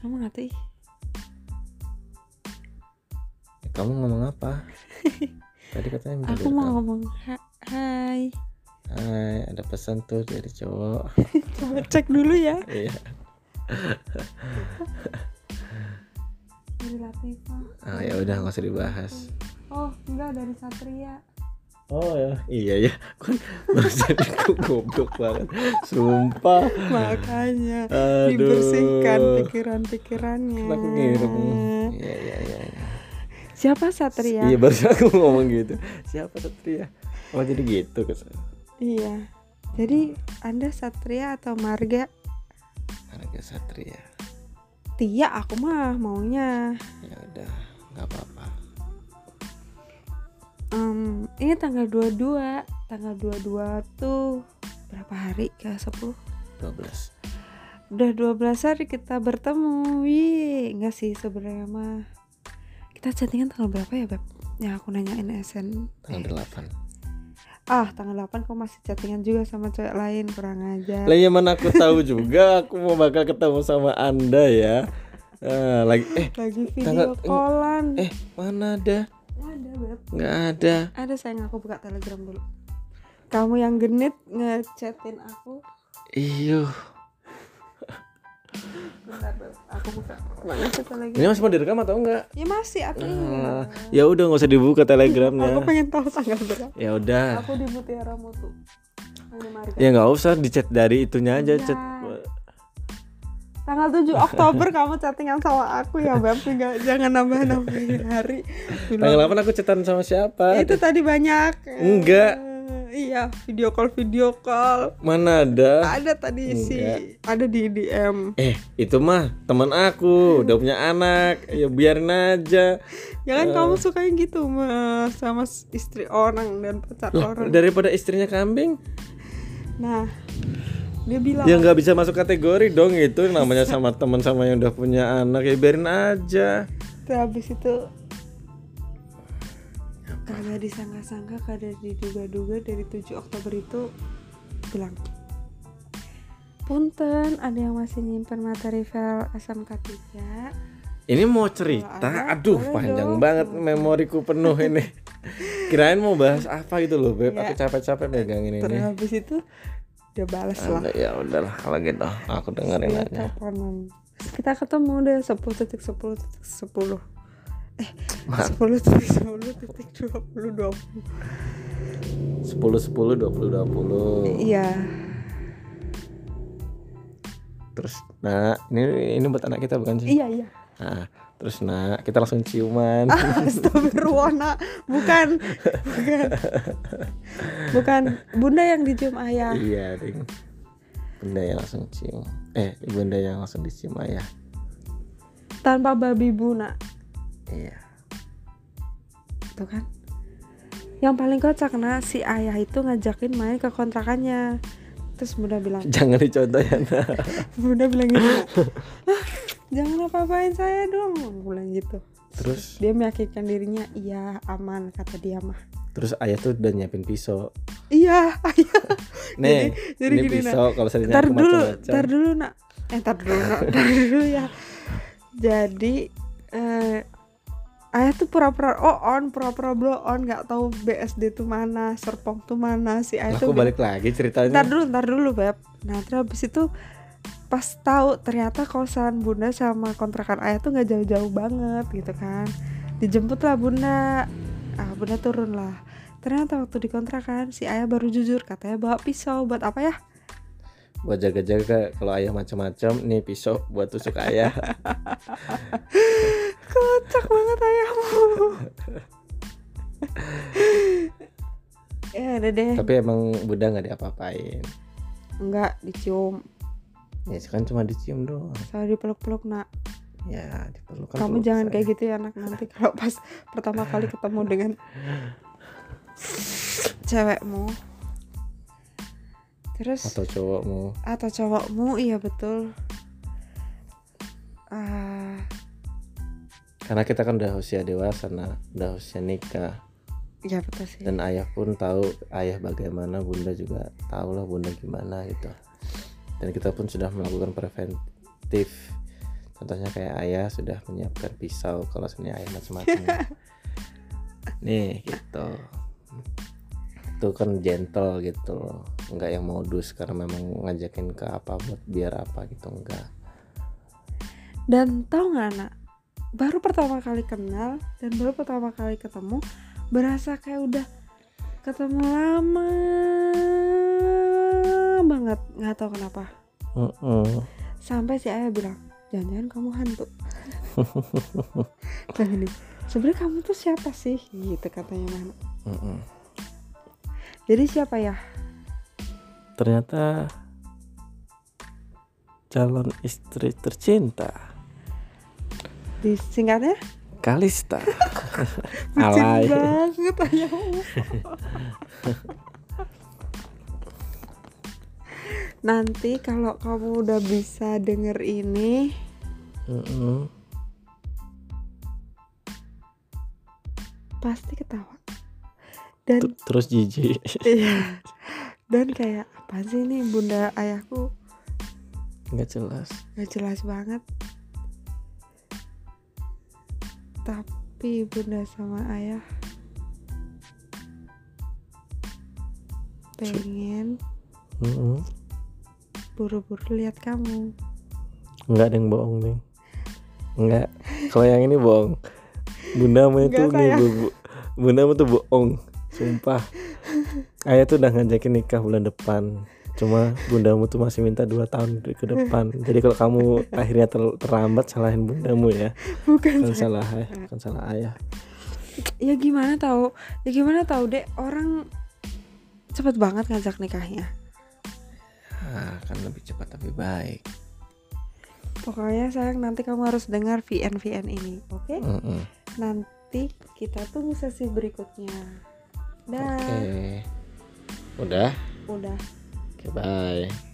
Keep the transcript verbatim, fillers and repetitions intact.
Kamu ngerti? Kamu ngomong apa? Tadi katanya minta Aku mau direkam. ngomong ha- hai. Hai, ada pesan tuh dari cowok. Coba cek dulu ya. Iya. Dari Latifah. Ah ya udah nggak usah dibahas. Oh enggak, dari Satria. Oh ya, iya ya. Kan barusan aku goblok banget. Sumpah. Makanya Aduh. dibersihkan pikiran-pikirannya. Kan aku ngirim. Iya iya iya. Ya. Siapa Satria? Iya barusan aku ngomong gitu. Siapa Satria? Oh jadi gitu kesan. Iya. Jadi Anda Satria atau Marga? Marga Satria. Tia aku mah maunya. Ya udah, nggak apa-apa. Um, ini tanggal dua puluh dua. Tanggal dua puluh dua tuh berapa hari? Ke sepuluh? dua belas. Udah dua belas hari kita bertemu. Wih, enggak sih sebenarnya mah. Kita chattingan tanggal berapa ya, Beb? Ya aku nanyain S N. Tanggal delapan. Ah, tanggal delapan kok masih chattingan juga sama cewek lain, kurang ajar. Lah ya mana aku tahu juga aku mau bakal ketemu sama Anda ya. Ah, lagi eh Lagi video tanggal, callan. Eh, mana ada? Nggak ada, Beb. Nggak ada. Ada, sayang, aku buka Telegram dulu. Kamu yang genit ngechatin aku. Iyo. Bentar, Beb. Aku buka. Mana sih Telegram? Ini masih mau direkam atau enggak? Ya masih aku. Ah, ya udah nggak usah dibuka Telegramnya. Aku pengen tahu tanggal berapa. Ya udah. Aku di Mutiara Mutu. Ini Marga. Ya nggak usah di chat dari itunya aja Ya. chat. Tanggal tujuh Oktober kamu chattingan sama aku ya, Beb. Enggak, jangan nambah-nambahin hari. Tanggal delapan aku chatan sama siapa? Itu tadi banyak. Enggak. Eh, iya, video call video call. Mana ada? Ada tadi sih. Enggak. Ada di D M. Eh, itu mah teman aku, udah punya anak. Ya biarin aja. Ya kan kamu sukanya gitu Mas, sama istri orang dan pacar Loh, orang. daripada istrinya kambing, Nah, dia bilang ya nggak bisa masuk kategori dong itu namanya sama teman sama yang udah punya anak, ya biarin aja. terus habis itu kagak disangka-sangka, kagak diduga-duga dari tujuh Oktober itu bilang, punten ada yang masih nyimpen materi file S M K tiga. Ini mau Kalau cerita, ada, aduh boleh panjang dong. banget memoriku penuh ini. Kirain mau bahas apa gitu loh, Beb. Ya. Aku capek-capek megangin Terus ini. habis itu dia balas lah. Ada, ya udahlah kalau gitu, aku dengerin Dia aja. teleponan. Terus kita ketemu deh sepuluh titik sepuluh titik sepuluh. Eh, Maaf. sepuluh titik sepuluh titik dua puluh dua puluh. sepuluh sepuluh dua puluh dua puluh. Iya. Terus nah, ini ini buat anak kita bukan sih? Iya, iya. Nah, terus nah, kita langsung ciuman. Astagfirullah, nak. Bukan. Bukan. Bukan bunda yang dicium ayah. Iya, ding. Bunda yang langsung cium. Eh, bunda yang langsung dicium ayah. Tanpa babi bu, nak. Iya. Tuh kan. Yang paling kocak, nah, si ayah itu ngajakin main ke kontrakannya. Terus bunda bilang, Jangan dicontoh ya, nah. bunda bilang gitu, ah, jangan apa-apain saya dong, bilang gitu. Terus Dia meyakinkan dirinya, iya aman, kata dia mah. terus ayah tuh udah nyiapin pisau. Iya, ayah. Nih, Jadi- jadi ini gini, pisau kalau misalnya Ntar aku dulu, macam-macam. ntar dulu nak. Eh, ntar dulu, nak. Ntar dulu ya. Jadi, eh, ayah tuh pura-pura oh on, pura-pura blow on, nggak tahu B S D tuh mana, Serpong tuh mana. Si ayah tuh Aku balik lagi ceritanya. ntar dulu, ntar dulu, Beb. Nah, terus habis itu pas tahu ternyata kosan bunda sama kontrakan ayah tuh nggak jauh-jauh banget gitu kan. Dijemput lah bunda. Ah, bunda turun lah. Ternyata waktu di kontrakan si ayah baru jujur katanya bawa pisau buat apa ya? Buat jaga-jaga kalau ayah macam-macam, nih pisau buat tusuk ayah. Kocak banget ayahmu. Ya udah deh. Tapi emang bunda nggak diapa-apain. Enggak, dicium. Ya kan cuma dicium doang. Saya dipeluk-peluk, nak. Ya diperlukan. Kamu peluk jangan saya. kayak gitu ya, anak. Nanti kalau pas pertama kali ketemu dengan cewekmu, terus Atau cowokmu. atau cowokmu, iya betul. Ah, Karena kita kan udah usia dewasa, nah, udah usia nikah. ya betul sih. Dan ayah pun tahu ayah bagaimana, bunda juga tahu lah bunda gimana gitu. Dan kita pun sudah melakukan preventif. Contohnya kayak ayah sudah menyiapkan pisau kalau sebenarnya ayah macam-macam. Nih gitu. Itu kan gentle gitu loh, enggak yang modus karena memang ngajakin ke apa buat biar apa gitu, enggak. Dan tau gak nak, baru pertama kali kenal dan baru pertama kali ketemu berasa kayak udah ketemu lama banget, nggak tahu kenapa. Uh-uh. Sampai si ayah bilang, jangan-jangan kamu hantu. Dan ini sebenarnya kamu tuh siapa sih gitu katanya Nana. Uh-uh. Jadi siapa ya? Ternyata calon istri tercinta. Disingkatnya? Kalista. Bucin Alay. banget ayah. Nanti kalau kamu udah bisa denger ini, Uh-uh. pasti ketawa. Dan T- Terus jijik. iya. Dan kayak apa sih nih bunda ayahku, Nggak jelas. gak jelas banget. Tapi bunda sama ayah pengen Uh-uh. buru-buru lihat kamu. Nggak ada yang bohong nih. Nggak. Kalau yang ini bohong. Bunda mau itu Nggak, nih sayang. bu, bu, Bunda mau tuh bohong. Sumpah. Ayah tuh udah ngajakin nikah bulan depan. Cuma bundamu tuh masih minta dua tahun ke depan. Jadi kalau kamu akhirnya ter- terlambat, salahin bundamu ya. Bukan Bukan saya. salah ayah, bukan salah ayah. Ya gimana tahu? Ya gimana tahu deh, orang cepet banget ngajak nikahnya. Ah, kan lebih cepat lebih baik. Pokoknya sayang, nanti kamu harus dengar V N V N ini, oke? Okay? Mm-mm. Nanti kita tunggu sesi berikutnya. Dah. Oke. Udah? Udah. Oke, bye.